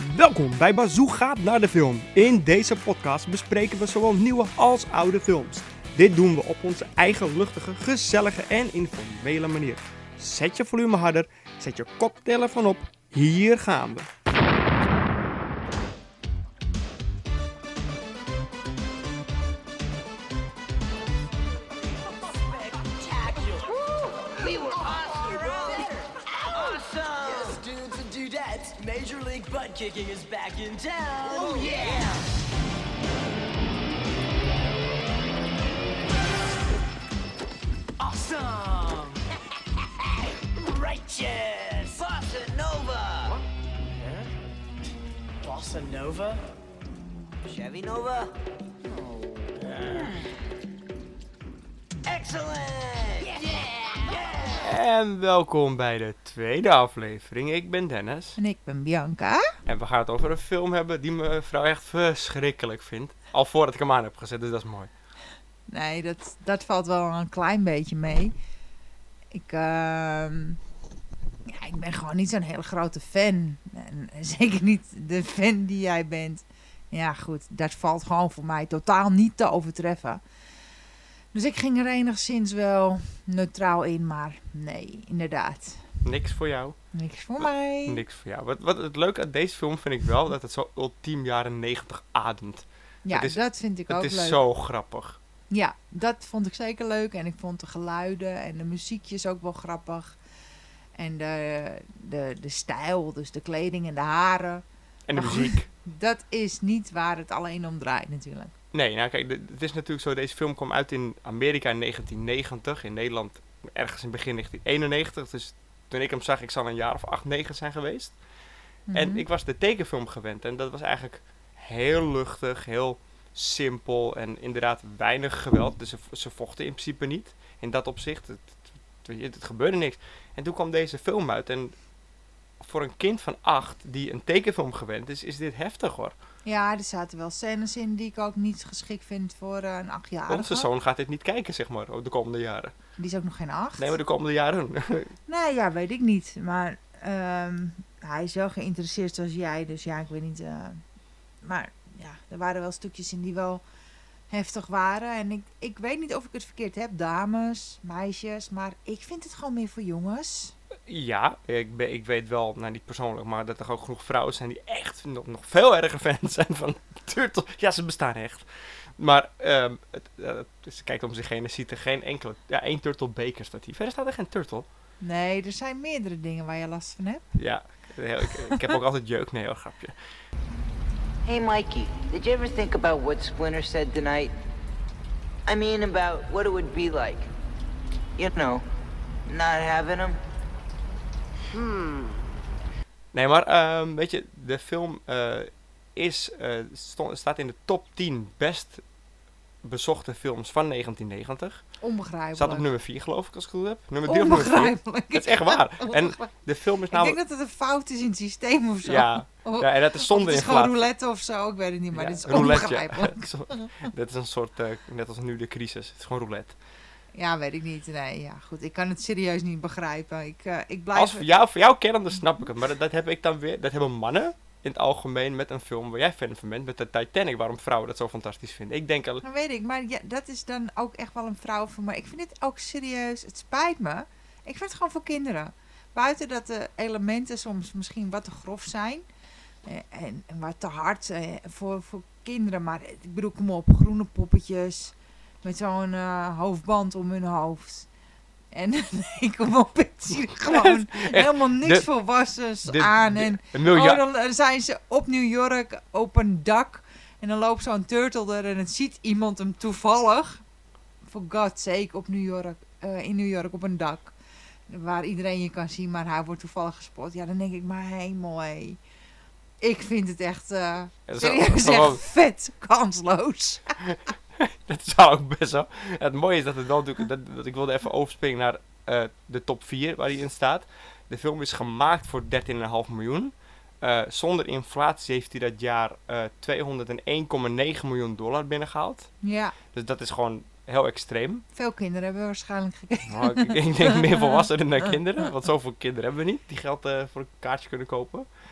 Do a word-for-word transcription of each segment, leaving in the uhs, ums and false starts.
Welkom bij Bazoo gaat naar de film. In deze podcast bespreken we zowel nieuwe als oude films. Dit doen we op onze eigen luchtige, gezellige en informele manier. Zet je volume harder, zet je koptelefoon op, hier gaan we. We were awesome, bro! Awesome! Yes, dudes and dudettes, Major League Butt Kicking is back in town! Oh, yeah! Awesome! Righteous! Bossa Nova! Bossa Nova? Chevy Nova? Excellent! Yeah! En welkom bij de tweede aflevering. Ik ben Dennis. En ik ben Bianca. En we gaan het over een film hebben die mijn vrouw echt verschrikkelijk vindt. Al voordat ik hem aan heb gezet, dus dat is mooi. Nee, dat, dat valt wel een klein beetje mee. Ik, ehm ja, ik ben gewoon niet zo'n hele grote fan. En zeker niet de fan die jij bent. Ja, goed, dat valt gewoon voor mij totaal niet te overtreffen. Dus ik ging er enigszins wel neutraal in, maar nee, inderdaad. Niks voor jou. Niks voor mij. Niks voor jou. Wat, wat het leuke aan deze film vind ik wel, dat het zo ultiem jaren negentig ademt. Ja, het is- dat vind ik ook Het is leuk. zo grappig. Ja, dat vond ik zeker leuk. En ik vond de geluiden en de muziekjes ook wel grappig. En de, de, de stijl, dus de kleding en de haren. En de Oh. muziek. Dat is niet waar het alleen om draait natuurlijk. Nee, nou kijk, de- het is natuurlijk zo, deze film kwam uit in Amerika in negentien negentig. In Nederland ergens in begin negentien eenennegentig. Dus toen ik hem zag, ik zal een jaar of acht, negen zijn geweest. En Mhm. ik was de tekenfilm gewend. En dat was eigenlijk heel luchtig, heel simpel en inderdaad weinig geweld. Dus ze, ze vochten in principe niet. In dat opzicht, het, het, het, het gebeurde niks. En toen kwam deze film uit. En voor een kind van acht die een tekenfilm gewend is, is dit heftig hoor. Ja, er zaten wel scènes in die ik ook niet geschikt vind voor eh, een achtjarige. Onze zoon gaat dit niet kijken, zeg maar, de komende jaren. Die is ook nog geen acht. Nee, maar de komende jaren. Nee, ja, weet ik niet. Maar ehm, hij is wel geïnteresseerd zoals jij. Dus ja, ik weet niet. eh, maar ja, er waren wel stukjes in die wel heftig waren. En ik, ik weet niet of ik het verkeerd heb. Dames, meisjes. Maar ik vind het gewoon meer voor jongens. Ja, ik, ben, ik weet wel, nou niet persoonlijk, maar dat er ook genoeg vrouwen zijn die echt nog, nog veel erger fans zijn van Turtle. Ja, ze bestaan echt. Maar ehm het, eh, dus ze kijkt om zich heen en ziet er geen enkele, ja, één Turtle beker staat hier. Verder staat er geen Turtle. Nee, er zijn meerdere dingen waar je last van hebt. Ja, heel- ik, ik heb ook altijd jeuk. Nee hoor, grapje. Hey, Mikey, did you ever think about what Splinter said tonight? I mean, about what it would be like. You know, not having him. Nee, maar ehm, weet je, de film eh, is, eh, stond, staat in de top tien best bezochte films van negentien negentig. Onbegrijpelijk. Staat op nummer vier geloof ik, als ik het goed heb. Nummer drie of nummer vier. Onbegrijpelijk. Dat is echt waar. En Onbegrijpelijk. de film is Ik namelijk... denk dat het een fout is in het systeem of zo. Ja, Of- ja, en dat is of zonder het is gewoon inflatie. roulette of zo, ik weet het niet, maar Ja, dit is roulette, onbegrijpelijk. Zo- dat is een soort, eh, net als nu de crisis. Het is gewoon roulette. Ja, weet ik niet. Nee, ja, goed. Ik kan het serieus niet begrijpen. Ik, eh, ik blijf... Als voor jou, voor jou kennen, dan snap ik het. Maar dat, dat heb ik dan weer, dat hebben mannen in het algemeen met een film waar jij fan van bent, met de Titanic, waarom vrouwen dat zo fantastisch vinden. Ik denk al, Dat weet ik, maar ja, dat is dan ook echt wel een vrouw voor me. Ik vind dit ook serieus, het spijt me. Ik vind het gewoon voor kinderen. Buiten dat de elementen soms misschien wat te grof zijn. eh, En, en wat te hard eh, voor, voor kinderen. Maar ik bedoel, kom op, groene poppetjes. Met zo'n eh, hoofdband om hun hoofd. En nee, kom op, ik zie er gewoon helemaal niks de- volwassens de- aan. de- En een miljard. oh, dan zijn ze op New York op een dak. En dan loopt zo'n turtle er en het ziet iemand hem toevallig. For God's sake, op New York, eh, in New York op een dak. Waar iedereen je kan zien, maar hij wordt toevallig gespot. Ja, dan denk ik, maar hemel, hé. Ik vind het echt, eh dat is serieus wel- echt vet kansloos. dat zou ook best wel. Het mooie is dat het wel natuurlijk, dat, dat ik wilde even overspringen naar eh, de top vier waar hij in staat. De film is gemaakt voor dertien komma vijf miljoen. Eh, zonder inflatie heeft hij dat jaar eh tweehonderdéén komma negen miljoen dollar binnengehaald. Ja, Dus dat is gewoon heel extreem. veel kinderen hebben waarschijnlijk gekeken. Nou, ik, ik denk meer volwassenen dan kinderen. Want zoveel kinderen hebben we niet die geld eh, voor een kaartje kunnen kopen.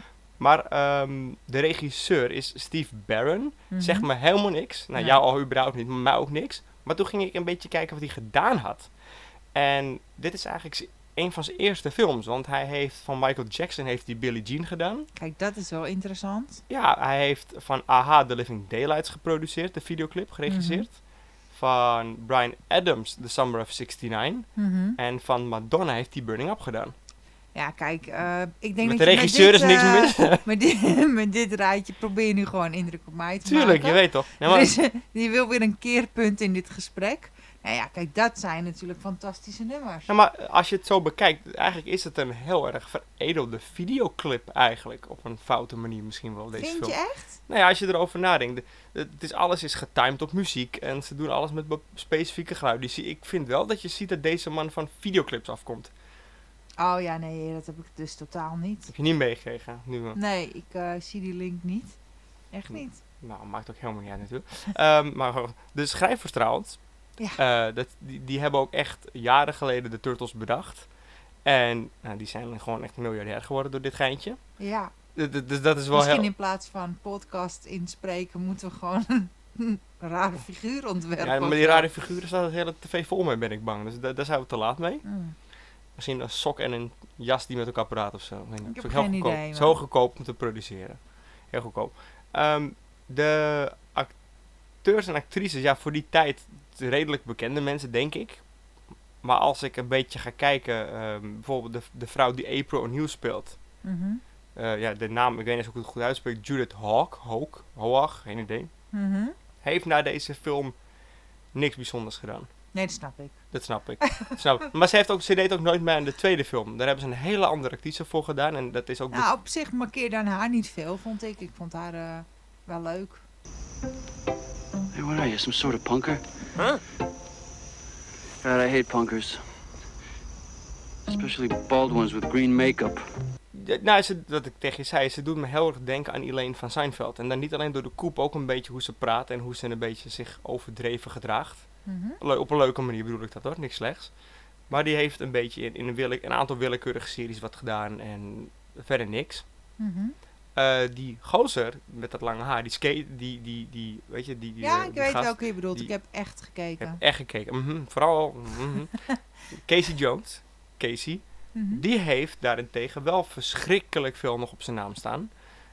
Maar ehm, de regisseur is Steve Barron. Mhm. Zegt me helemaal niks. Nou, Nee. jou al überhaupt niet, maar mij ook niks. Maar toen ging ik een beetje kijken wat hij gedaan had. En dit is eigenlijk z- een van zijn eerste films. Want hij heeft van Michael Jackson heeft hij Billie Jean gedaan. Kijk, dat is wel interessant. Ja, hij heeft van A H The Living Daylights geproduceerd. De videoclip geregisseerd. Van Bryan Adams The Summer of zesennegentig. Mhm. En van Madonna heeft hij Burning Up gedaan. Ja, kijk, eh, ik denk Met dat de je regisseur met is dit, niks eh, mis. met, dit, met dit rijtje probeer je nu gewoon indruk op mij te Tuurlijk, maken. je weet toch. Nee, Er maar, is, die wil weer een keerpunt in dit gesprek. Nou ja, kijk, dat zijn natuurlijk fantastische nummers. ja, maar als je het zo bekijkt, eigenlijk is het een heel erg veredelde videoclip eigenlijk. Op een foute manier misschien wel, deze Vind film. je echt? Nou ja, als je erover nadenkt. de- de- Het is, alles is getimed op muziek. En ze doen alles met be- specifieke geluiden. Dus ik vind wel dat je ziet dat deze man van videoclips afkomt. Oh ja, nee, dat heb ik dus totaal niet. Heb je niet meegekregen? Nu wel. Nee, ik eh, zie die link niet. Echt niet. Nou, maakt ook helemaal niet uit natuurlijk. Ehm, maar gewoon, de schrijvers trouwens, Ja. eh, dat, die, die hebben ook echt jaren geleden de Turtles bedacht. En nou, die zijn gewoon echt miljardair geworden door dit geintje. Ja, D- d- Dus dat is wel misschien heel... in plaats van podcast inspreken moeten we gewoon een rare figuur ontwerpen. Ja, maar of die zo. rare figuren staat het hele tv vol mee, ben ik bang. Dus da- daar zijn we te laat mee. Mm. Misschien een sok en een jas die met elkaar praat of zo. Ik, weet niet. heb Vind heel geen goedkoop. idee, Zo man. goedkoop om te produceren. Heel goedkoop. Ehm, de acteurs en actrices, ja, voor die tijd redelijk bekende mensen, denk ik. Maar als ik een beetje ga kijken, ehm, bijvoorbeeld de, de vrouw die April O'Neil speelt. Mhm. eh, ja, de naam, ik weet niet eens hoe ik het goed uitspreek. Judith Hawk, Hawk, Hoag, geen idee. Mhm. Heeft na deze film niks bijzonders gedaan. Nee, dat snap ik. Dat snap ik. Dat snap ik. Maar ze, heeft ook, ze deed ook nooit mee aan de tweede film. Daar hebben ze een hele andere actrice voor gedaan. En dat is ook... de- Nou, op zich markeerde aan haar niet veel, vond ik. Ik vond haar eh, wel leuk. Hey, what are you, some sort of punker? Huh? God, I hate punkers. Especially bald ones with green makeup. Ja, nou, ze, wat ik tegen je zei, ze doet me heel erg denken aan Elaine van Seinfeld. En dan niet alleen door de koep, ook een beetje hoe ze praat en hoe ze een beetje zich overdreven gedraagt. Mhm. Le- op een leuke manier bedoel ik dat hoor, niks slechts. Maar die heeft een beetje in, in een, wille- een aantal willekeurige series wat gedaan en verder niks. Mhm. Eh, die gozer met dat lange haar, die skate, die, die, die, weet je, die, die Ja, eh, ik die weet gast, welke je bedoelt. die- Ik heb echt Ik gekeken. heb echt gekeken. Mhm, vooral mhm. Casey Jones, Casey, Mhm. die heeft daarentegen wel verschrikkelijk veel nog op zijn naam staan.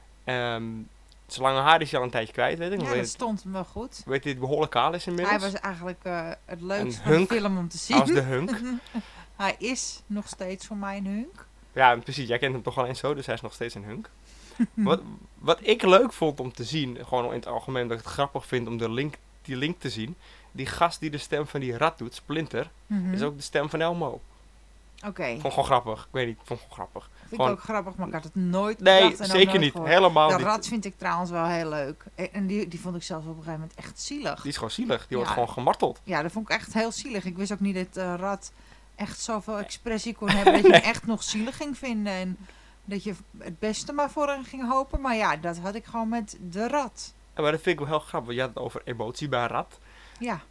Ehm zijn lange haar is hij al een tijdje kwijt, weet ik. Ja, weet, dat stond hem wel goed. weet hij het behoorlijk kaal is inmiddels. Hij was eigenlijk eh, het leukste Een van de hunk film om te zien. Als de hunk. Hij is nog steeds voor mij een hunk. Ja, precies. Jij kent hem toch alleen zo, dus hij is nog steeds een hunk. wat, wat ik leuk vond om te zien, gewoon in het algemeen, dat ik het grappig vind om de link, die link te zien. Die gast die de stem van die rat doet, Splinter, Mhm. is ook de stem van Elmo. Oké, Vond ik gewoon grappig. Ik weet niet, vond ik gewoon grappig. vind ik gewoon- ook grappig, maar ik had het nooit Nee, bedacht en ook zeker nooit niet. gehoord. Helemaal De niet. rat vind ik trouwens wel heel leuk. En en die, die vond ik zelfs op een gegeven moment echt zielig. Die is gewoon zielig. Die wordt Ja. gewoon gemarteld. Ja, dat vond ik echt heel zielig. Ik wist ook niet dat de rat echt zoveel expressie kon hebben dat je hem echt nog zielig ging vinden. En dat je het beste maar voor hem ging hopen. Maar ja, dat had ik gewoon met de rat. Ja, maar dat vind ik wel heel grappig. Je had het over emotie bij een rat. Ja,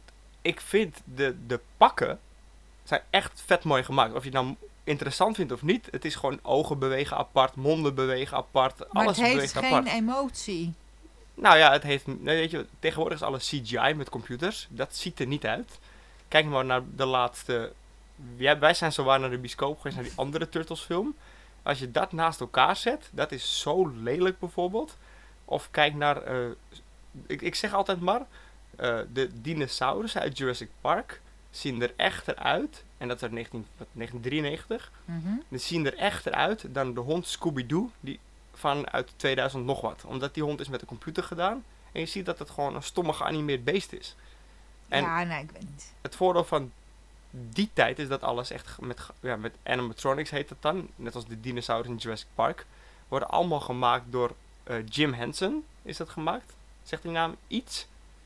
Ik vind de, de pakken zijn echt vet mooi gemaakt. Of je het nou interessant vindt of niet. Het is gewoon ogen bewegen apart, monden bewegen apart. maar alles het heeft beweegt geen apart. emotie. Nou ja, het heeft, nee, weet je, tegenwoordig is alles C G I met computers. Dat ziet er niet uit. Kijk maar naar de laatste... Ja, wij zijn zowaar naar de bioscoop geweest, naar die andere Turtles film. Als je dat naast elkaar zet, dat is zo lelijk bijvoorbeeld. Of kijk naar... eh, ik, ik zeg altijd maar... eh, de dinosaurussen uit Jurassic Park zien er echter uit. En dat is uit negentien, wat, negentien drieënnegentig. Mhm. Die zien er echter uit dan de hond Scooby-Doo die van uit tweeduizend nog wat. Omdat die hond is met de computer gedaan. En je ziet dat het gewoon een stomme geanimeerd beest is. En Ja, nee, ik weet niet. het voordeel van die tijd is dat alles echt ge- met, ge- ja, met animatronics heet het dan. Net als de dinosaurus in Jurassic Park. Worden allemaal gemaakt door eh, Jim Henson. Is dat gemaakt? Zegt die naam iets?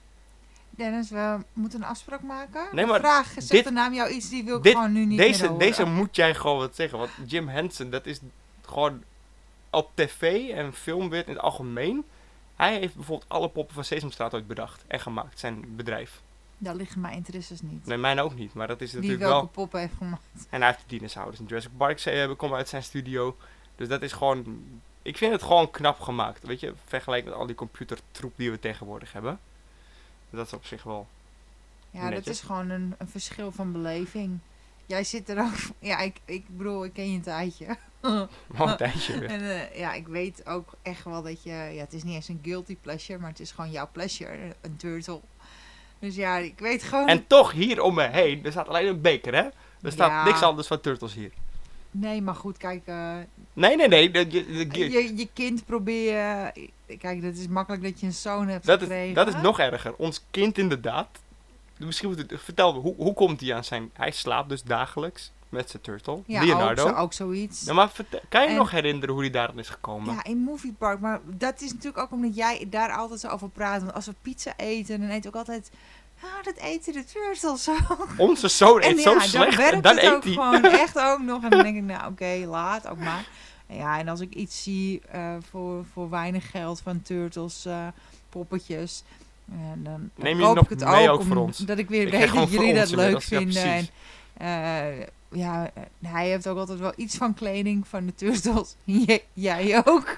Dennis, we moeten een afspraak maken. Nee, De maar vraag, zegt dit- de naam jou iets, die wil ik dit- gewoon nu niet meer Deze, horen. deze moet jij gewoon wat zeggen. Want Jim Henson, dat is gewoon op tv en filmwereld in het algemeen. Hij heeft bijvoorbeeld alle poppen van Sesamstraat ooit bedacht en gemaakt. Zijn bedrijf. Daar liggen mijn interesses niet. Nee, mijn ook niet. Maar dat is Wie natuurlijk welke wel... poppen heeft gemaakt. En hij heeft de dinosaurus in Jurassic Park ze- komen uit zijn studio. Dus dat is gewoon Ik vind het gewoon knap gemaakt. Weet je, vergeleken met al die computertroep die we tegenwoordig hebben. Dat is op zich wel... Ja, dat netjes. is gewoon een, een verschil van beleving. Jij zit er ook... Ja, ik, ik bedoel, ik ken je een tijdje. Wel een tijdje weer. En uh, ja, ik weet ook echt wel dat je... Ja, het is niet eens een guilty pleasure, maar het is gewoon jouw pleasure. Een turtle. Dus ja, ik weet gewoon... En toch hier om me heen, er staat alleen een beker, hè? Er staat Ja. niks anders van Turtles hier. Nee, maar goed, kijk... Uh, Nee, nee, nee. de- de- de- je, je kind proberen... Kijk, dat is makkelijk dat je een zoon hebt dat, gekregen. is, dat is nog erger. Ons kind inderdaad. Misschien moet het, vertel me, hoe, hoe komt hij aan zijn... Hij slaapt dus dagelijks met zijn turtle. Ja, Leonardo. ook, zo, ook zoiets. Ja, maar vertel, kan je En- nog herinneren hoe hij daarin is gekomen? Ja, in Movie Park. Maar dat is natuurlijk ook omdat jij daar altijd zo over praat. Want als we pizza eten, dan eet ook altijd... Ah, dat eten de turtles ook. Onze zoon En eet ja, zo dan slecht werkt en dan het eet ook hij. gewoon echt ook nog. En dan denk ik, nou oké, laat ook maar. En ja, en als ik iets zie uh, voor, voor weinig geld van turtles, uh, poppetjes... En dan, dan Neem je koop nog ik het mee ook, ook voor om- ons? dat ik weer Ik krijg weet gewoon dat voor jullie ons dat leuk inmiddels, ja, vinden. En, precies. uh, ja, uh, hij heeft ook altijd wel iets van kleding van de turtles. J- jij ook.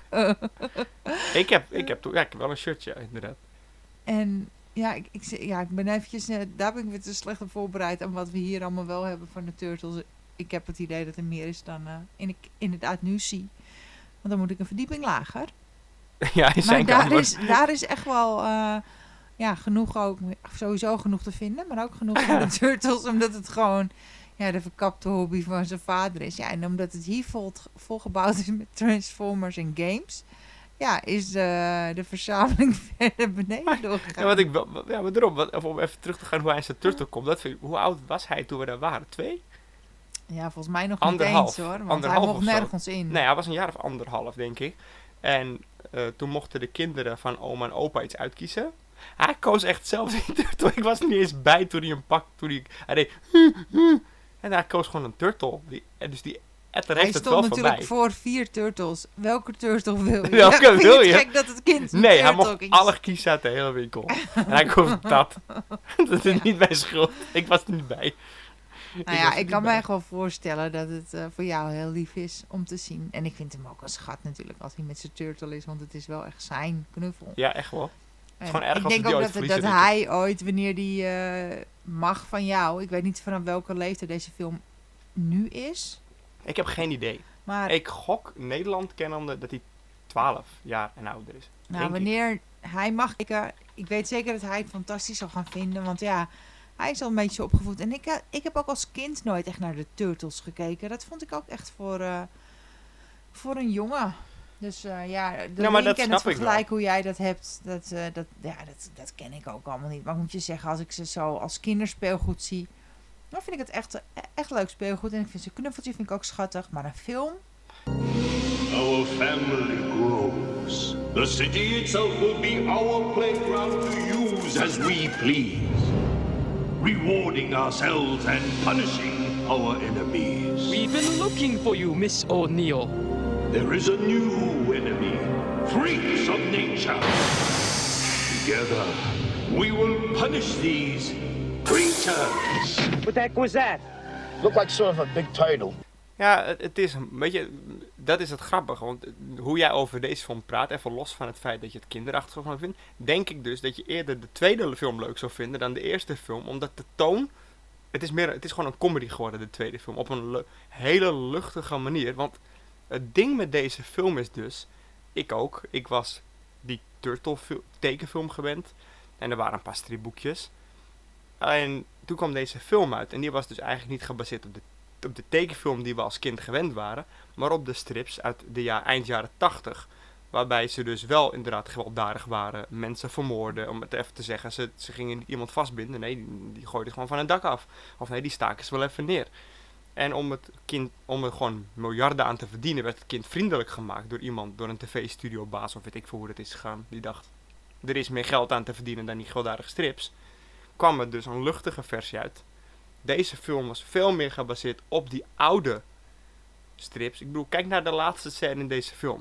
Ik heb, ik, heb, to- ja, ik heb wel een shirtje, inderdaad. En ja ik, ik, z- ja, ik ben eventjes... Uh, daar ben ik weer te slecht op voorbereid... aan wat we hier allemaal wel hebben van de turtles. Ik heb het idee dat er meer is dan uh, in, ik inderdaad nu zie. Want dan moet ik een verdieping lager. Ja, in Maar zijn daar kamer. is, daar is echt wel... Uh, ja, genoeg ook... Sowieso genoeg te vinden. Maar ook genoeg van de turtles. Omdat het gewoon... Ja, de verkapte hobby van zijn vader is. Ja, en omdat het hier vol, volgebouwd is met Transformers en games... Ja, is de, de verzameling verder beneden doorgegaan. Ja, wat ik wel, ja, maar daarom, wat, om even terug te gaan hoe hij in zijn turtle komt. Dat vind ik, hoe oud was hij toen we daar waren? Twee? Ja, volgens mij nog Anderhalf. niet eens hoor. Want Anderhalf hij mocht of zo. nergens in. Nee, hij was een jaar of anderhalf, denk ik. En uh, toen mochten de kinderen van oma en opa iets uitkiezen. Hij koos echt zelf die turtle. Ik was er niet eens bij toen hij hem pakte. Toen hij, hij deed... En hij koos gewoon een turtle. Die, en dus die etter Hij heeft het stond wel natuurlijk voorbij. voor vier turtles. Welke turtle wil je? Welke Ja, vind wil het je? gek dat het kind een Nee, hij turtle mocht kiest. alle kiezen uit de hele winkel. En hij koos dat. Dat is Ja. niet mijn schuld. Ik was er niet bij. Nou was ja, er ik niet kan bij. me echt wel voorstellen dat het uh, voor jou heel lief is om te zien. En ik vind hem ook een schat natuurlijk als hij met zijn turtle is. Want het is wel echt zijn knuffel. Ja, echt wel. En gewoon erg ik als we denk die ook ooit dat, verliezen, dat denk hij ooit, wanneer die uh, mag van jou... Ik weet niet vanaf welke leeftijd deze film nu is. Ik heb geen idee. Maar Ik gok Nederland kennende dat hij twaalf jaar en ouder is. nou, denk ik. wanneer hij mag kijken... Ik weet zeker dat hij het fantastisch zal gaan vinden. Want ja, hij is al een beetje opgevoed. En ik, uh, ik heb ook als kind nooit echt naar de Turtles gekeken. Dat vond ik ook echt voor, uh, voor een jongen. Dus uh, ja, de Ja, maar link dat en het snap ik vergelijk hoe jij dat hebt, dat, uh, dat, ja, dat, dat ken ik ook allemaal niet. Maar ik moet je zeggen, als ik ze zo als kinderspeelgoed zie, dan vind ik het echt, echt leuk speelgoed. En ik vind ze knuffeltje vind ik ook schattig. Maar een film, Our family grows. The city itself will be our playground to use as we please. Rewarding ourselves and punishing our enemies. We've been looking for you, Miss O'Neill. There is a new enemy. Freaks of nature. Together, we will punish these creatures. What the heck was that? Looked like sort of a big turtle. Ja, het, het is, een- weet je, dat is het grappige. Want hoe jij over deze film praat, even los van het feit dat je het kinderachtig van vindt, denk ik dus dat je eerder de tweede film leuk zou vinden dan de eerste film. Omdat de toon, het is, meer, het is gewoon een comedy geworden, de tweede film. Op een lu- hele luchtige manier. Want het ding met deze film is dus, ik ook, ik was die Turtle fil- tekenfilm gewend. En er waren een paar stripboekjes. En toen kwam deze film uit. En die was dus eigenlijk niet gebaseerd op de op de tekenfilm die we als kind gewend waren, maar op de strips uit de ja, eind jaren tachtig. Waarbij ze dus wel inderdaad gewelddadig waren, mensen vermoorden, om het even te zeggen. Ze, ze gingen niet iemand vastbinden, nee, die, die gooiden gewoon van een dak af. Of nee, die staken ze wel even neer. En om het kind, om er gewoon miljarden aan te verdienen, werd het kind vriendelijk gemaakt door iemand, door een tv-studiobaas of weet ik veel hoe dat is gegaan. Die dacht, er is meer geld aan te verdienen dan die gewelddadige strips. Kwam er dus een luchtige versie uit. Deze film was veel meer gebaseerd op die oude strips. Ik bedoel, kijk naar de laatste scène in deze film.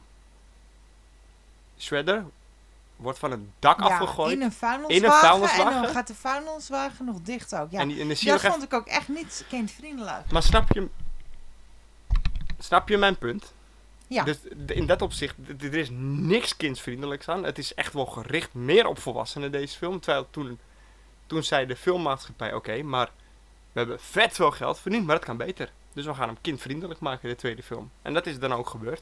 Shredder wordt van een dak ja, afgegooid. in een vuilniswagen. In een vuilniswagen. En dan gaat de vuilniswagen nog dicht ook. Ja, En, die, en dan zie je dat nog vond ik ook echt niet kindvriendelijk. even- Maar snap je... Snap je mijn punt? Ja. Dus d- in dat opzicht, d- er is niks kindsvriendelijks aan. Het is echt wel gericht meer op volwassenen, deze film. Terwijl toen, toen zei de filmmaatschappij, oké, okay, maar we hebben vet veel geld verdiend, maar dat kan beter. Dus we gaan hem kindvriendelijk maken, de tweede film. En dat is dan ook gebeurd.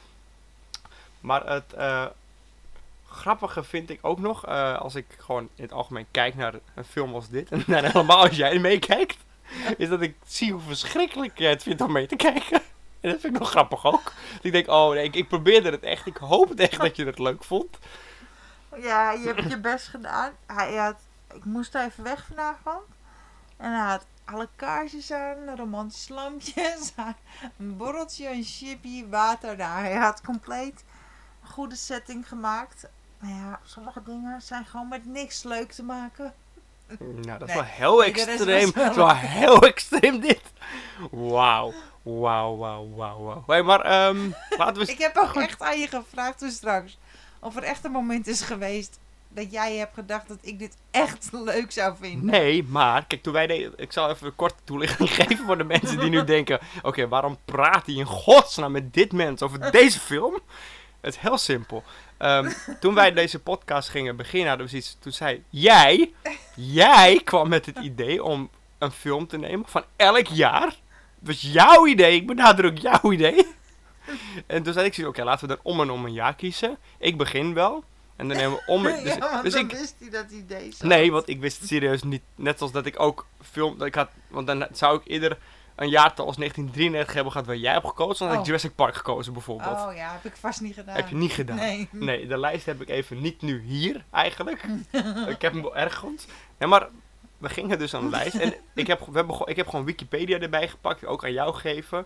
Maar het uh, grappige vind ik ook nog, uh, als ik gewoon in het algemeen kijk naar een film als dit, en dan helemaal als jij meekijkt, is dat ik zie hoe verschrikkelijk jij het vindt om mee te kijken. En dat vind ik nog grappig ook. Dat ik denk, oh nee, ik, ik probeerde het echt. Ik hoop het echt dat je het leuk vond. Ja, je hebt je best gedaan. Hij had, ik moest even weg vanavond. En hij had alle kaarsjes aan, romantische lampjes, een borreltje, een chippy, water. Nou, hij had compleet een goede setting gemaakt. Maar ja, sommige dingen zijn gewoon met niks leuk te maken. Nou, dat is Nee. wel heel Nee, dat is extreem. wel- Dat is wel heel extreem dit. Wauw. Wauw, wauw, wauw, wauw. Hey, maar um, laten we... eens- Ik heb ook echt aan je gevraagd toen straks of er echt een moment is geweest dat jij hebt gedacht dat ik dit echt leuk zou vinden. Nee, maar kijk, toen wij deden... Ik zal even een korte toelichting geven voor de mensen die nu denken... Oké, okay, waarom praat hij in godsnaam met dit mens over deze film? Het is heel simpel. Um, toen wij deze podcast gingen beginnen, hadden we zoiets... Toen zei jij... Jij kwam met het idee om een film te nemen van elk jaar. Het was jouw idee. Ik benadruk jouw idee. En toen zei ik, oké, okay, laten we er om en om een jaar kiezen. Ik begin wel. En dan nemen we om... Dus, ja, want dus dan ik, wist hij dat idee zo. nee, want ik wist het serieus niet. Net zoals dat ik ook film... Dat ik had, want dan zou ik eerder een jaartal als negentien drieënnegentig hebben gehad waar jij hebt gekozen. Dan had ik Oh. Jurassic Park gekozen bijvoorbeeld. Oh ja, heb ik vast niet gedaan. Heb je niet gedaan? Nee. Nee, de lijst heb ik even niet nu hier, eigenlijk. Ik heb hem wel ergens. Nee, maar we gingen dus aan de lijst. En ik heb, we hebben, ik heb gewoon Wikipedia erbij gepakt, ook aan jou gegeven.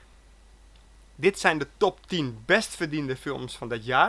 Dit zijn de top tien best verdiende films van dat jaar.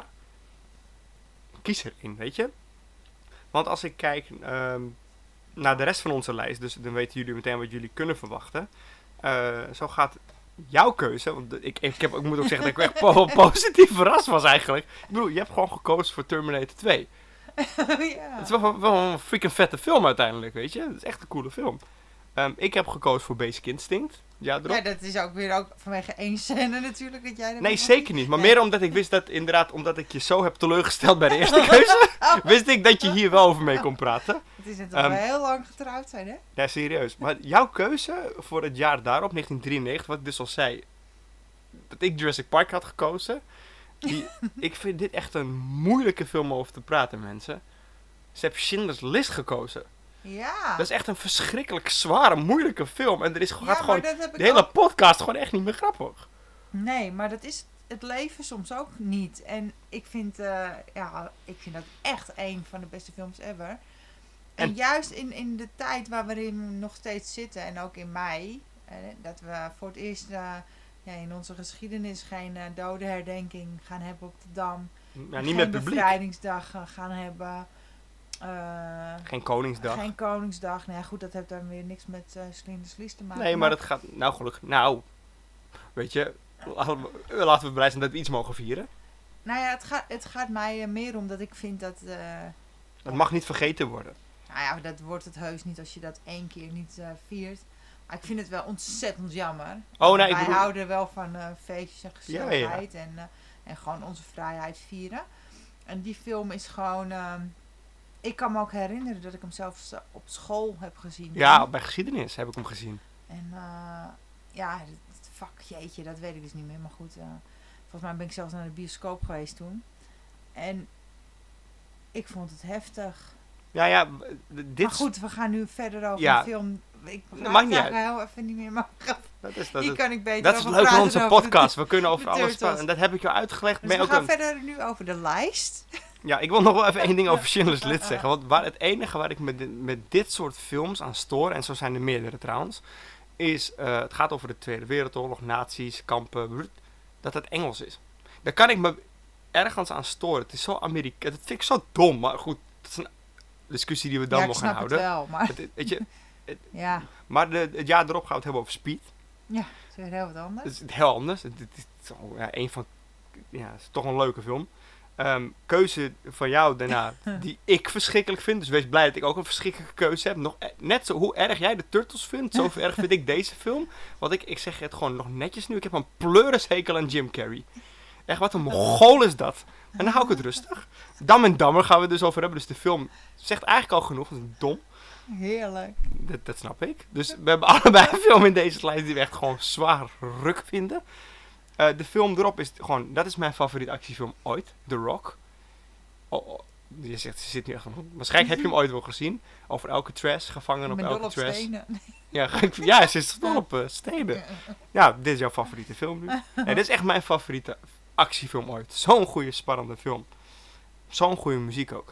Kies er één, weet je. Want als ik kijk um, naar de rest van onze lijst, dus dan weten jullie meteen wat jullie kunnen verwachten. Uh, zo gaat jouw keuze, want ik, ik, heb, ik moet ook zeggen dat ik echt po- positief verrast was eigenlijk. Ik bedoel, je hebt gewoon gekozen voor Terminator twee. Ja. Het is wel, wel een freaking vette film uiteindelijk, weet je. Het is echt een coole film. Um, ik heb gekozen voor Basic Instinct. Ja, erop. Ja, dat is ook weer ook vanwege één scène natuurlijk dat jij dat Nee, nog zeker niet. Maar Nee. meer omdat ik wist dat, inderdaad, omdat ik je zo heb teleurgesteld bij de eerste keuze, wist ik dat je hier wel over mee kon praten. Het is net al Um, heel lang getrouwd zijn, hè? Ja, serieus. Maar jouw keuze voor het jaar daarop, negentien drieënnegentig, wat ik dus al zei, dat ik Jurassic Park had gekozen. Die, ik vind dit echt een moeilijke film om over te praten, mensen. Ze hebben Schindler's List gekozen. Ja. Dat is echt een verschrikkelijk zware, moeilijke film. En er is, Ja, gaat maar gewoon dat heb ik de hele ook. podcast gewoon echt niet meer grappig. Nee, maar dat is het leven soms ook niet. En ik vind, uh, ja, ik vind dat echt een van de beste films ever. En, En- juist in, in de tijd waar we in nog steeds zitten, en ook in mei, eh, dat we voor het eerst uh, ja, in onze geschiedenis geen uh, dodenherdenking gaan hebben op de Dam. Ja, niet geen met publiek. bevrijdingsdag uh, gaan hebben. Uh, Geen Koningsdag. Geen Koningsdag. Nou ja, goed, dat heeft dan weer niks met uh, Schindler's List te maken. Nee, maar dat gaat... Nou, gelukkig. Nou, weet je, laten we, laten we blij zijn dat we iets mogen vieren. Nou ja, het, gaat het gaat mij uh, meer om dat ik vind dat... Uh, Dat mag niet vergeten worden. Nou ja, dat wordt het heus niet als je dat één keer niet uh, viert. Maar ik vind het wel ontzettend jammer. Oh, nee, ik Wij bedoel- houden wel van uh, feestjes en gezelligheid. Ja, ja. En, uh, en gewoon onze vrijheid vieren. En die film is gewoon... Uh, ik kan me ook herinneren dat ik hem zelfs uh, op school heb gezien. Ja, bij geschiedenis heb ik hem gezien. En uh, ja, het vak, jeetje, dat weet ik dus niet meer. Maar goed, uh, volgens mij ben ik zelfs naar de bioscoop geweest toen. En ik vond het heftig. Ja, ja, b- dit... Maar goed, we gaan nu verder over Ja. de film. Ik Dat maakt niet praat uit. heel even niet meer. Maar Dat is, dat hier is, kan ik beter dat is het over leuke van praten onze over de- podcast. We kunnen over de alles Turtles. praten. En dat heb ik jou uitgelegd. Dus Ben we ook gaan een... verder nu over de lijst. Ja, ik wil nog wel even één ding over Schindler's List zeggen. Want waar het enige waar ik me dit- met dit soort films aan stoor, en zo zijn er meerdere trouwens, is, uh, het gaat over de Tweede Wereldoorlog, nazi's, kampen, brrr, dat het Engels is. Daar kan ik me ergens aan storen. Het is zo Amerikaans. Dat vind ik zo dom, maar goed, dat is een discussie die we dan ja, ik nog gaan snap het houden. wel. Maar Het, weet je, ja, maar de, het jaar erop gaan we het hebben over Speed. ja, het is weer heel wat anders. Het is heel anders. Het, het is zo, ja, een van, ja, het is toch een leuke film. Um, keuze van jou daarna, die ik verschrikkelijk vind. Dus wees blij dat ik ook een verschrikkelijke keuze heb. Nog, e- net zo, hoe erg jij de Turtles vindt, zo erg vind ik deze film. Want ik, ik zeg het gewoon nog netjes nu. Ik heb een pleurishekel aan Jim Carrey. Echt, wat een mongool is dat. En dan hou ik het rustig. Dam en Dammer gaan we het dus over hebben. Dus de film zegt eigenlijk al genoeg. Dat is dom. Heerlijk. Dat, dat snap ik. Dus we hebben allebei een film in deze lijst die we echt gewoon zwaar ruk vinden. Uh, de film erop is gewoon... Dat is mijn favoriete actiefilm ooit. The Rock. Oh, oh, je zegt, ze zit nu echt... Waarschijnlijk heb je hem ooit wel gezien. Over elke trash. Gevangen op elke op trash. Stenen. Ja, ja, ze is dol op uh, steden. Ja, dit is jouw favoriete film nu. Nee, dit is echt mijn favoriete actiefilm ooit. Zo'n goede, spannende film. Zo'n goede muziek ook.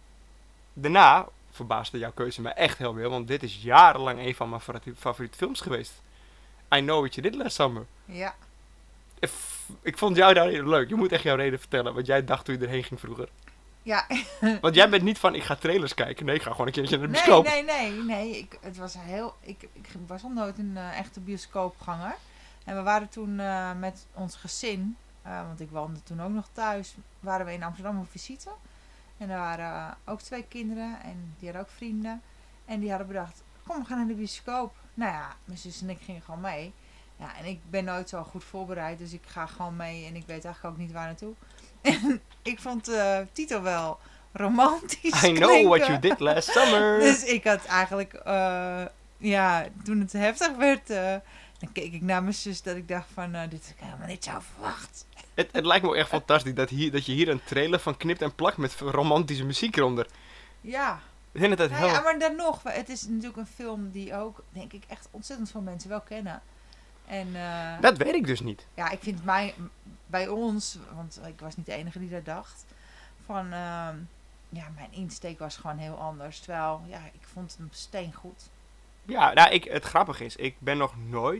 Daarna verbaasde jouw keuze mij echt heel veel. Want dit is jarenlang een van mijn favoriete films geweest. I Know What You Did Last Summer. Ja. Ik, ik vond jou daar heel leuk. Je moet echt jouw reden vertellen. Wat jij dacht toen je erheen ging vroeger. Ja. Want jij bent niet van, ik ga trailers kijken. Nee, ik ga gewoon een keertje naar de Nee, bioscoop. nee, nee. nee. Ik, het was heel, ik, ik was al nooit een uh, echte bioscoopganger. En we waren toen uh, met ons gezin, uh, want ik woonde toen ook nog thuis, waren we in Amsterdam op visite. En er waren uh, ook twee kinderen en die hadden ook vrienden. En die hadden bedacht, kom, we gaan naar de bioscoop. Nou ja, mijn zus en ik gingen gewoon mee. Ja, en ik ben nooit zo goed voorbereid, dus ik ga gewoon mee en ik weet eigenlijk ook niet waar naartoe. En ik vond de titel wel romantisch I know klinken. what you did last summer. Dus ik had eigenlijk, uh, ja, toen het heftig werd, uh, dan keek ik naar mijn zus dat ik dacht van, uh, dit heb ik helemaal niet zo verwacht. Het, het lijkt me ook echt fantastisch dat, hier, dat je hier een trailer van knipt en plakt met romantische muziek eronder. Ja. Ik vind het het Nou heel... ja, maar dan nog, het is natuurlijk een film die ook, denk ik, echt ontzettend veel mensen wel kennen. En, uh, dat weet ik dus niet. Ja, ik vind mij, bij ons, want ik was niet de enige die dat dacht, van, uh, ja, mijn insteek was gewoon heel anders. Terwijl, ja, ik vond hem steengoed. Ja, nou, ik, het grappige is, ik ben nog nooit,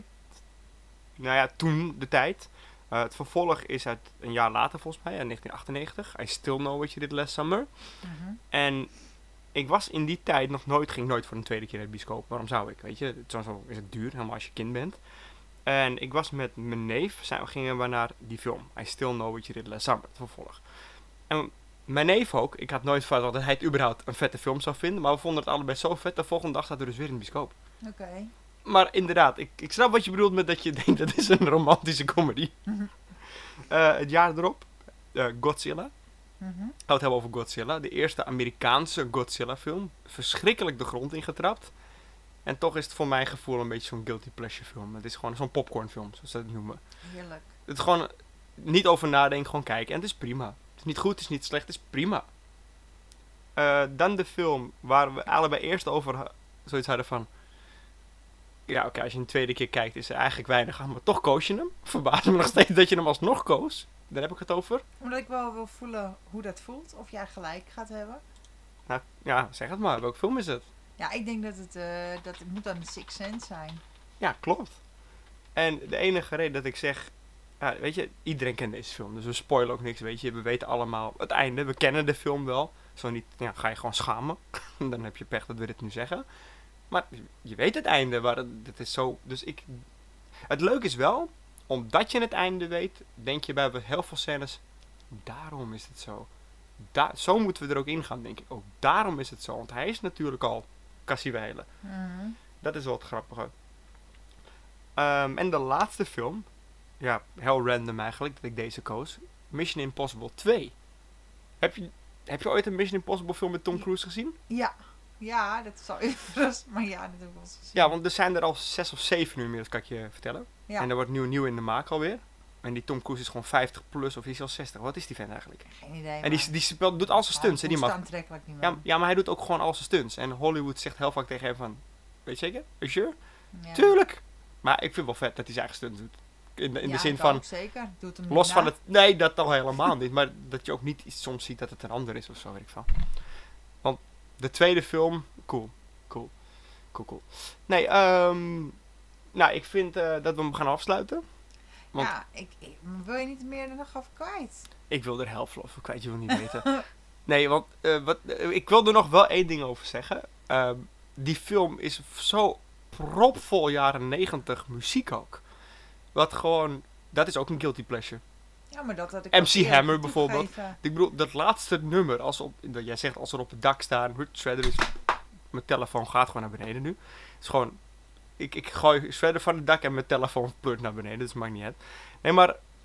nou ja, toen de tijd. Uh, het vervolg is uit een jaar later volgens mij, in negentien achtennegentig. I Still Know What You Did Last Summer. Uh-huh. En ik was in die tijd nog nooit, ging nooit voor een tweede keer naar de bioscoop. Waarom zou ik, weet je? Zo is het duur, helemaal als je kind bent. En ik was met mijn neef, zijn, we gingen we naar die film. I Still Know What You Did Last Summer, het vervolg. En mijn neef ook, ik had nooit verwacht dat hij het überhaupt een vette film zou vinden. Maar we vonden het allebei zo vet, de volgende dag zaten we dus weer in de bioscoop. Oké. Okay. Maar inderdaad, ik, ik snap wat je bedoelt met dat je denkt dat is een romantische comedy. Mm-hmm. uh, het jaar erop, uh, Godzilla. Mm-hmm. Ik het hebben over Godzilla. De eerste Amerikaanse Godzilla film. Verschrikkelijk de grond ingetrapt. En toch is het voor mijn gevoel een beetje zo'n guilty pleasure film. Het is gewoon zo'n popcorn film, zoals ze dat noemen. Heerlijk. Het is gewoon niet over nadenken, gewoon kijken. En het is prima. Het is niet goed, het is niet slecht, het is prima. Uh, dan de film waar we allebei eerst over ha- zoiets hadden van... Ja, oké, okay, als je een tweede keer kijkt is er eigenlijk weinig aan, maar toch koos je hem. Verbaas me nog steeds dat je hem alsnog koos. Daar heb ik het over. Omdat ik wel wil voelen hoe dat voelt, of jij gelijk gaat hebben. Nou, ja, zeg het maar. Welke film is het? Ja, ik denk dat het, uh, dat het moet dan The Sixth Sense zijn. Ja, klopt. En de enige reden dat ik zeg... Ja, weet je, iedereen kent deze film, dus we spoilen ook niks, weet je. We weten allemaal het einde, we kennen de film wel. Zo niet, ja, ga je gewoon schamen. Dan heb je pech dat we dit nu zeggen. Maar je weet het einde, waar het, het is zo... Dus ik... Het leuke is wel, omdat je het einde weet, denk je bij heel veel scènes... Daarom is het zo. Da- zo moeten we er ook in gaan, denk ik. Ook daarom is het zo, want hij is natuurlijk al Cassiewijlen. Mm-hmm. Dat is wel het grappige. Um, en de laatste film... Ja, heel random eigenlijk dat ik deze koos. Mission Impossible twee. Heb je, heb je ooit een Mission Impossible film met Tom Cruise gezien? Ja. Ja, dat is al even, maar ja, dat heb ik wel eens gezien. Ja, want er zijn er al zes of zeven nu inmiddels, kan ik je vertellen. Ja. En er wordt nieuw, nieuw in de maak alweer. En die Tom Cruise is gewoon vijftig plus of is hij al zestig. Wat is die vent eigenlijk? Geen idee. En die, die speelt, doet al zijn stunts. Ja, die mag. aantrekkelijk niet Ja, ja, maar hij doet ook gewoon al zijn stunts. En Hollywood zegt heel vaak tegen hem van... Weet je zeker? Are you sure? Ja. Tuurlijk! Maar ik vind wel vet dat hij zijn eigen stunts doet. In, de, in ja, de zin ik van... ook zeker. Doet hem Los niet van na. het... Nee, dat al helemaal niet. Maar dat je ook niet soms ziet dat het een ander is of zo, weet ik van. Want de tweede film... Cool. Cool. Cool, cool. Nee, um, nou, ik vind uh, dat we hem gaan afsluiten. Want ja, ik, ik, wil je niet meer er nog over kwijt? ik wil er helft over kwijt, je wil niet weten. Nee, want uh, wat, uh, ik wil er nog wel één ding over zeggen. Uh, die film is zo propvol jaren negentig muziek ook. Wat gewoon... Dat is ook een guilty pleasure. Ja, maar dat had ik M ook C eerder Hammer bijvoorbeeld. toegegeven. Ik bedoel, dat laatste nummer, als op, dat jij zegt als er op het dak staan, Shredder is, mijn telefoon gaat gewoon naar beneden nu. Het is gewoon, ik, ik gooi Shredder van het dak en mijn telefoon pleurt naar beneden, dus maakt niet uit. Nee, maar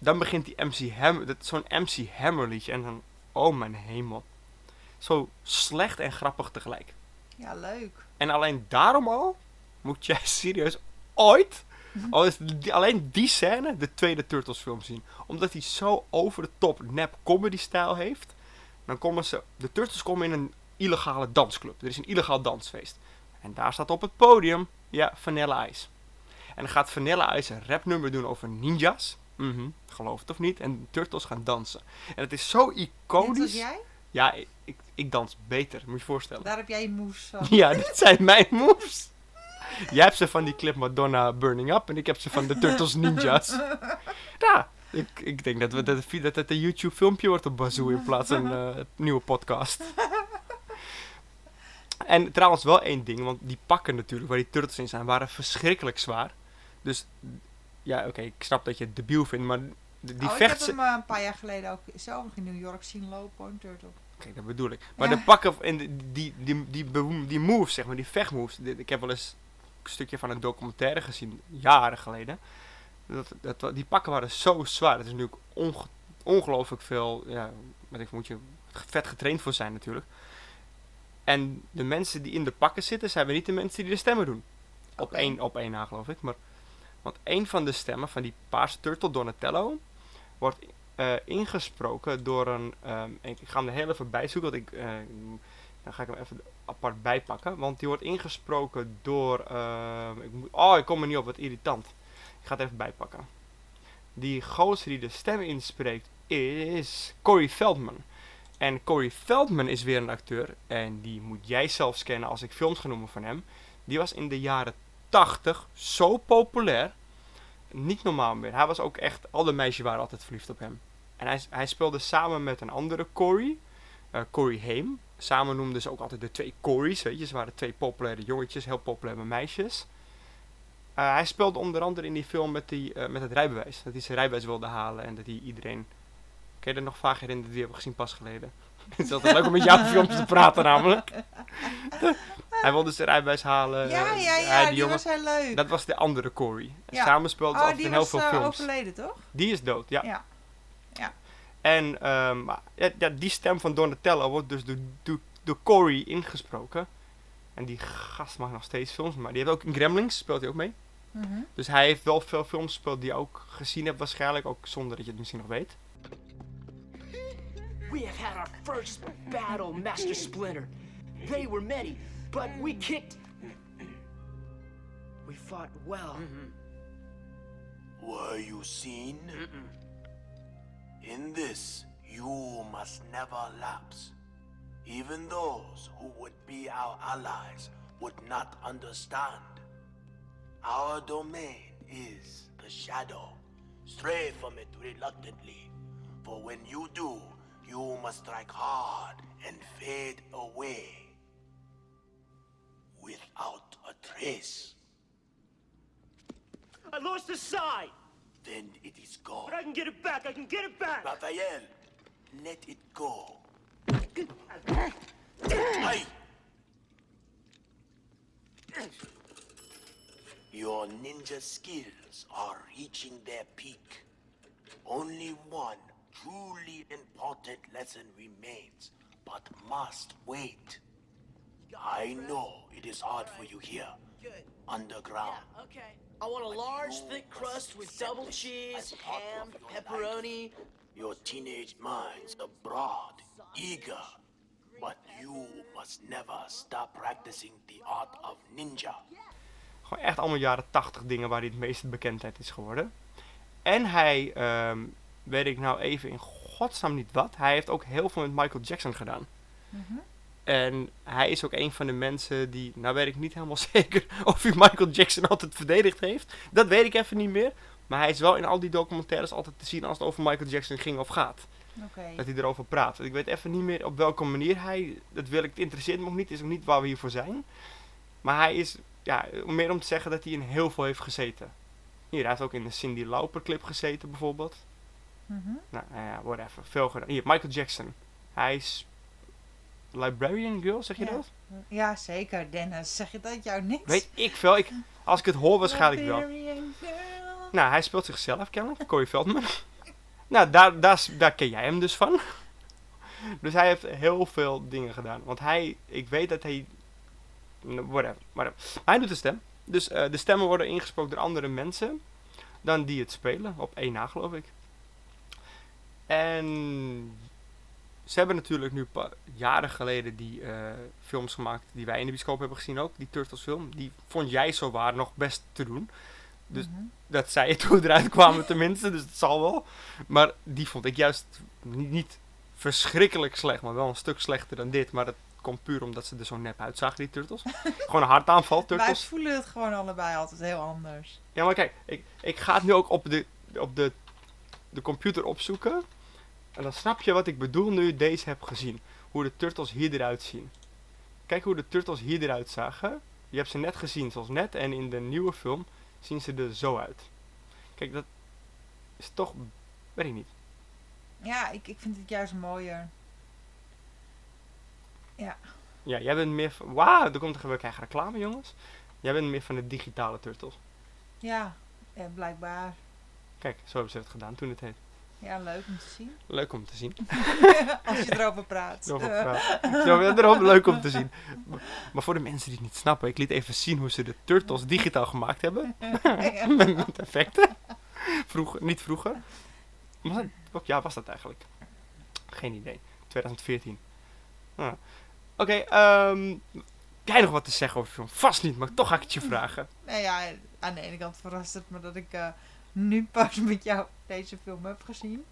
dan begint die M C Hammer, dat is zo'n M C Hammer liedje. En dan, oh mijn hemel. Zo slecht en grappig tegelijk. Ja, leuk. En alleen daarom al moet jij serieus ooit, al is die, alleen die scène, de tweede Turtles film zien. Omdat hij zo over de top nep comedy stijl heeft. Dan komen ze, de Turtles komen in een illegale dansclub. Er is een illegaal dansfeest. En daar staat op het podium, ja, Vanilla Ice. En dan gaat Vanilla Ice een rapnummer doen over ninjas. Mhm, geloof het of niet. En de Turtles gaan dansen. En het is zo iconisch. Net als jij? Ja, ik, ik, ik dans beter, moet je je voorstellen. Daar heb jij je moves van. Ja, dit zijn mijn moves. Jij hebt ze van die clip Madonna Burning Up en ik heb ze van de Turtles Ninjas. Ja, ik, ik denk dat, we, dat, het, dat het een YouTube filmpje wordt op Bazoo in plaats van uh, een nieuwe podcast. En trouwens wel één ding, want die pakken natuurlijk waar die Turtles in zijn waren verschrikkelijk zwaar. Dus ja, oké, okay, ik snap dat je het debiel vindt, maar die oh, vechts... ik heb hem uh, een paar jaar geleden ook zelf in New York zien lopen, een turtle. Kijk, dat bedoel ik. Maar Ja. de pakken en die, die, die, die, die, die moves, zeg maar, die vechtmoves. die- Ik heb wel eens een stukje van een documentaire gezien, jaren geleden. Dat, dat, die pakken waren zo zwaar. Dat is natuurlijk onge, ongelooflijk veel, ja, maar ik moet je vet getraind voor zijn natuurlijk. En de mensen die in de pakken zitten, zijn weer niet de mensen die de stemmen doen. Op Oké. één, op één na geloof ik. Maar, want één van de stemmen van die paarse turtle, Donatello, wordt eh, ingesproken door een... ehm, ik ga hem er heel even bij zoeken, want ik, eh, dan ga ik hem even apart bijpakken. Want die wordt ingesproken door... ehm, ik moet, oh, ik kom er niet op, wat irritant. Ik ga het even bijpakken. Die gozer die de stem inspreekt is Corey Feldman. En Corey Feldman is weer een acteur. En die moet jij zelfs kennen als ik films ga noemen van hem. Die was in de jaren tachtig zo populair. Niet normaal meer. Hij was ook echt... Alle meisjes waren altijd verliefd op hem. En hij, hij speelde samen met een andere Corey. Uh, Corey Haim. Samen noemden ze ook altijd de twee Corys. Weet je. Ze waren twee populaire jongetjes. Heel populaire meisjes. Uh, hij speelde onder andere in die film met, die, uh, met het rijbewijs. Dat hij zijn rijbewijs wilde halen. En dat hij iedereen... Kun je er nog vaak herinneren? Die hebben we gezien pas geleden. Het is altijd leuk om met jou over filmpjes te praten namelijk. Hij wilde zijn rijbewijs halen. Ja, uh, ja, hij, ja, die die jongen- was heel leuk. Dat was de andere Corey. Ja. Samen speelden ze Oh, altijd die in heel was veel uh, films. overleden, toch? Die is dood, ja. Ja. Ja. En ehm, ja, ja, die stem van Donatello wordt dus door, door, door Corey ingesproken. En die gast mag nog steeds films, maar die heeft ook in Gremlins, speelt hij ook mee. Mhm. Dus hij heeft wel veel films gespeeld die je ook gezien hebt waarschijnlijk, ook zonder dat je het misschien nog weet. We have had our first battle, Master Splinter. They were many, but we kicked. We fought well. Were you seen? In this, you must never lapse. Even those who would be our allies would not understand. Our domain is the shadow. Stray from it reluctantly, for when you do, you must strike hard and fade away without a trace. I lost the sign, Then it is gone. but I can get it back. I can get it back. Raphael, let it go. Hey! Your ninja skills are reaching their peak. Only one truly important lesson remains, but must wait. I know it is hard for you here, Good. underground. Yeah, okay. I want a large, thick crust with double cheese, ham, pepperoni. Your teenage minds are broad, eager, but you must never stop practicing the art of ninja. Gewoon echt allemaal jaren tachtig dingen waar hij het meeste bekendheid is geworden. En hij, ehm, weet ik nou even in godsnaam niet wat, hij heeft ook heel veel met Michael Jackson gedaan. Mhm. En hij is ook een van de mensen die, nou weet ik niet helemaal zeker of hij Michael Jackson altijd verdedigd heeft. Dat weet ik even niet meer. Maar hij is wel in al die documentaires altijd te zien als het over Michael Jackson ging of gaat. Oké. Dat hij erover praat. Ik weet even niet meer op welke manier hij, dat wil ik, het interesseert me ook niet, is ook niet waar we hiervoor zijn. Maar hij is, ja, meer om te zeggen dat hij in heel veel heeft gezeten. Hier, hij heeft ook in de Cyndi Lauper clip gezeten bijvoorbeeld. Mhm. Nou, nou ja, whatever. Veel gedaan. Hier, Michael Jackson. Hij is Librarian Girl, zeg je Ja. dat? Ja, zeker, Dennis. Zeg je dat jou niks? Weet ik veel. Ik, als ik het hoor waarschijnlijk wel. Librarian girl. Nou, hij speelt zichzelf kennelijk. Corey Feldman. Nou, daar, daar, is- daar ken jij hem dus van. Dus hij heeft heel veel dingen gedaan. Want hij, ik weet dat hij, nou, whatever, whatever. Hij doet de stem. Dus eh, de stemmen worden ingesproken door andere mensen dan die het spelen. Op één na, geloof ik. En ze hebben natuurlijk nu pa- jaren geleden die eh, films gemaakt die wij in de bioscoop hebben gezien ook. Die Turtles film. Die vond jij zo waar nog best te doen. Dus Mhm. dat zei je toen we eruit kwamen tenminste, dus dat zal wel. Maar die vond ik juist niet, niet verschrikkelijk slecht, maar wel een stuk slechter dan dit. Maar dat komt puur omdat ze er zo nep uitzagen, die Turtles. Gewoon een hartaanval, Wij Turtles. voelen het gewoon allebei altijd heel anders. Ja, maar kijk, ik, ik ga het nu ook op de, op de, de computer opzoeken. En dan snap je wat ik bedoel nu je deze hebt gezien. Hoe de Turtles hier eruit zien. Kijk hoe de Turtles hier eruit zagen. Je hebt ze net gezien zoals net. En in de nieuwe film zien ze er zo uit. Kijk, dat is toch... Weet ik niet. Ja, ik, ik vind het juist mooier. Ja. Ja, jij bent meer van... Wauw, er komt we krijgen reclame, jongens. Jij bent meer van de digitale Turtles. Ja, ja, blijkbaar. Kijk, zo hebben ze het gedaan toen het heet. Ja, leuk om te zien. Leuk om te zien. Als je erover praat. Erover praten. Zo, ja, daarom leuk om te zien. Maar voor de mensen die het niet snappen, ik liet even zien hoe ze de Turtles digitaal gemaakt hebben. met, met effecten. Vroeger, niet vroeger. Maar welk jaar was dat eigenlijk? Geen idee. twintig veertien. Ah. Oké, ehm, heb jij nog wat te zeggen over de film? Vast niet, maar toch ga ik het je vragen. Nou ja, aan de ene kant verrast het me dat ik eh, nu pas met jou deze film heb gezien.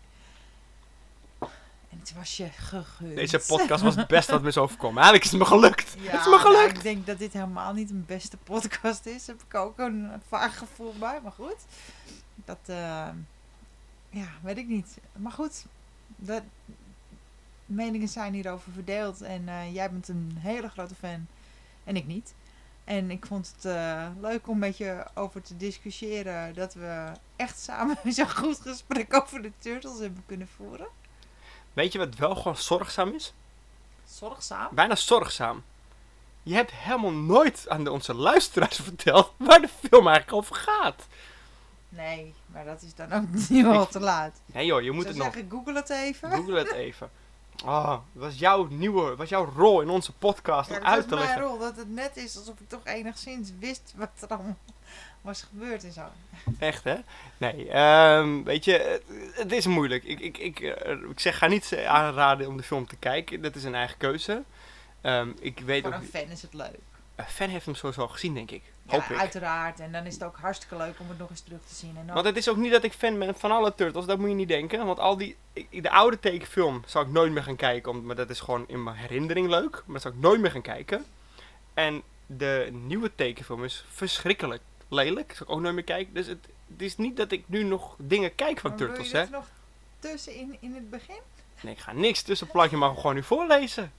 En het was je gegund. Deze podcast was het beste wat me is overkomen. Eigenlijk is het me gelukt. Ja, het is me gelukt. nou, ik denk dat dit helemaal niet een beste podcast is. Heb ik ook een vaag gevoel bij. Maar goed. Dat, eh, ja, weet ik niet. Maar goed. De meningen zijn hierover verdeeld. En eh, jij bent een hele grote fan. En ik niet. En ik vond het eh, leuk om met je over te discussiëren. Dat we echt samen zo'n goed gesprek over de Turtles hebben kunnen voeren. Weet je wat wel gewoon zorgzaam is? Zorgzaam. Bijna zorgzaam. Je hebt helemaal nooit aan de, onze luisteraars verteld waar de film eigenlijk over gaat. Nee, maar dat is dan ook nu al te laat. Nee joh, je moet Ik het zou nog... zeggen, google het even. Google het even. Oh, wat was jouw nieuwe, wat jouw rol in onze podcast Ja, om het uit was te mijn leggen? rol dat het net is alsof ik toch enigszins wist wat er allemaal was gebeurd en zo. Echt hè? Nee, ehm, weet je, het, het is moeilijk. Ik, ik, ik, eh, ik zeg, ga niet aanraden om de film te kijken. Dat is een eigen keuze. Ehm, ik weet Voor ook... een fan is het leuk. Een fan heeft hem sowieso al gezien, denk ik. Ja, Hoop ik. uiteraard. En dan is het ook hartstikke leuk om het nog eens terug te zien. En dan... Want het is ook niet dat ik fan ben van alle Turtles, dat moet je niet denken. Want al die, ik- de oude tekenfilm zou ik nooit meer gaan kijken, om- maar dat is gewoon in mijn herinnering leuk. Maar dat zou ik nooit meer gaan kijken. En de nieuwe tekenfilm is verschrikkelijk lelijk, dat zou ik ook nooit meer kijken. Dus het, het is niet dat ik nu nog dingen kijk van Maar Turtles, wil hè. je dit nog tussenin in het begin? Nee, ik ga niks tussen plaatje, maar gewoon nu voorlezen.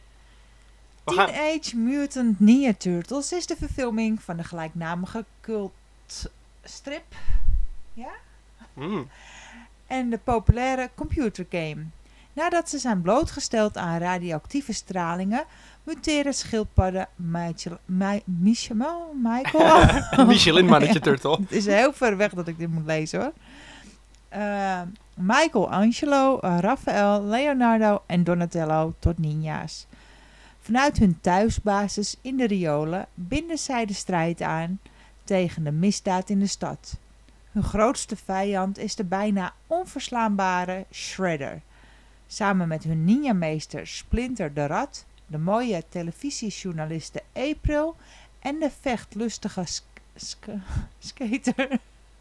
We gaan... Teenage Mutant Ninja Turtles is de verfilming van de gelijknamige cultstrip. Ja? Mm. En de populaire computergame. Nadat ze zijn blootgesteld aan radioactieve stralingen, muteren schildpadden Michael, Mi- Michael, Michael. Michelin-mannetje Turtle. Het is heel ver weg dat ik dit moet lezen hoor. Uh, Michelangelo, uh, Raphaël, Leonardo en Donatello tot ninja's. Vanuit hun thuisbasis in de riolen binden zij de strijd aan tegen de misdaad in de stad. Hun grootste vijand is de bijna onverslaanbare Shredder. Samen met hun ninjameester Splinter de Rat, de mooie televisiejournaliste April en de vechtlustige sk sk skater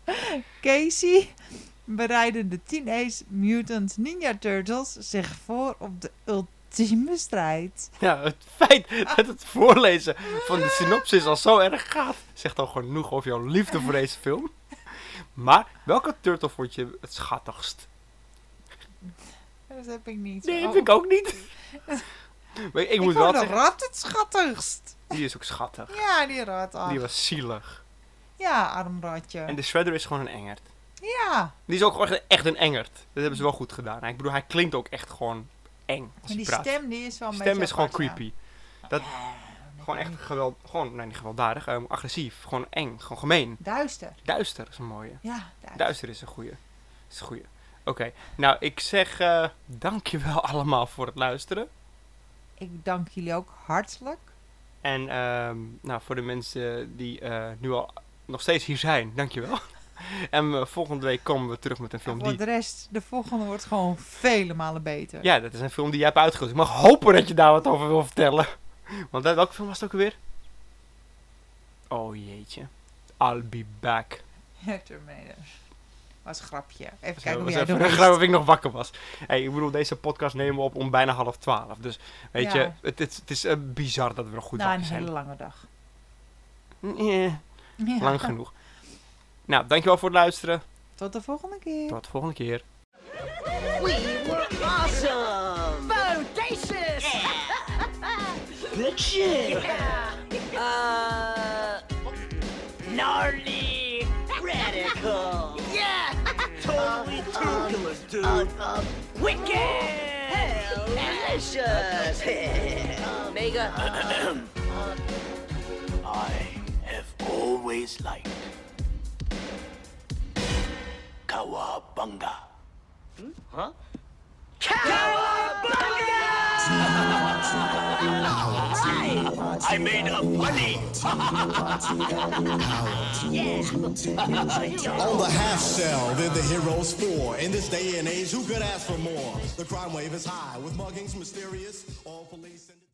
Casey bereiden de Teenage Mutant Ninja Turtles zich voor op de ultieme strijd. Ja, het feit dat het voorlezen van de synopsis al zo erg gaat, zegt al genoeg over jouw liefde voor deze film. Maar, welke turtle vond je het schattigst? Dat heb ik niet. Nee, Oh. heb ik ook niet. Maar ik, Ik moet vond wel de zeggen, rat het schattigst. die is ook schattig. Ja, die rat. ach. Die was zielig. Ja, arm ratje. En de Shredder is gewoon een engert. Ja, Die is ook gewoon echt- echt een engert. Dat hebben ze wel goed gedaan. Ik bedoel, hij klinkt ook echt gewoon eng als maar hij die praat. stem die is wel een Die stem beetje is gewoon apart, ja. creepy. Dat, gewoon echt geweld, gewoon, nee niet gewelddadig, um, agressief. Gewoon eng, gewoon gemeen. Duister. Duister is een mooie. Ja, duister. Duister is een goeie. Is een goeie. okay. nou ik zeg uh, dankjewel allemaal voor het luisteren. Ik dank jullie ook hartelijk. En uh, nou, voor de mensen die uh, nu al nog steeds hier zijn, dankjewel. En uh, volgende week komen we terug met een film en voor die... de rest, de volgende wordt gewoon vele malen beter. Ja, dat is een film die jij hebt uitgekozen. Ik mag hopen dat je daar wat over wil vertellen. Want uh, welke film was het ook alweer? Oh jeetje. I'll be back. Terminator. Was een grapje. Even Zo, kijken hoe was jij even nog een grap of ik nog wakker was. Hey, ik bedoel, deze podcast nemen we op om bijna half twaalf. Dus weet Ja. je, het, het, het is uh, bizar dat we nog goed Na een wakker zijn. hele lange dag. Nee, Ja. lang genoeg. Nou, dankjewel voor het luisteren. Tot de volgende keer. Tot de volgende keer. We were awesome! Bodacious! Good shit! Uh... Gnarly! Radical! Yeah! Totally toothless, dude! Uh, uh, wicked! Delicious! Mega! I have always liked Cowabunga. Huh? Cowabunga! I made a funny. On the half shell, they're the heroes for. In this day and age, who could ask for more? The crime wave is high, with muggings mysterious. All police and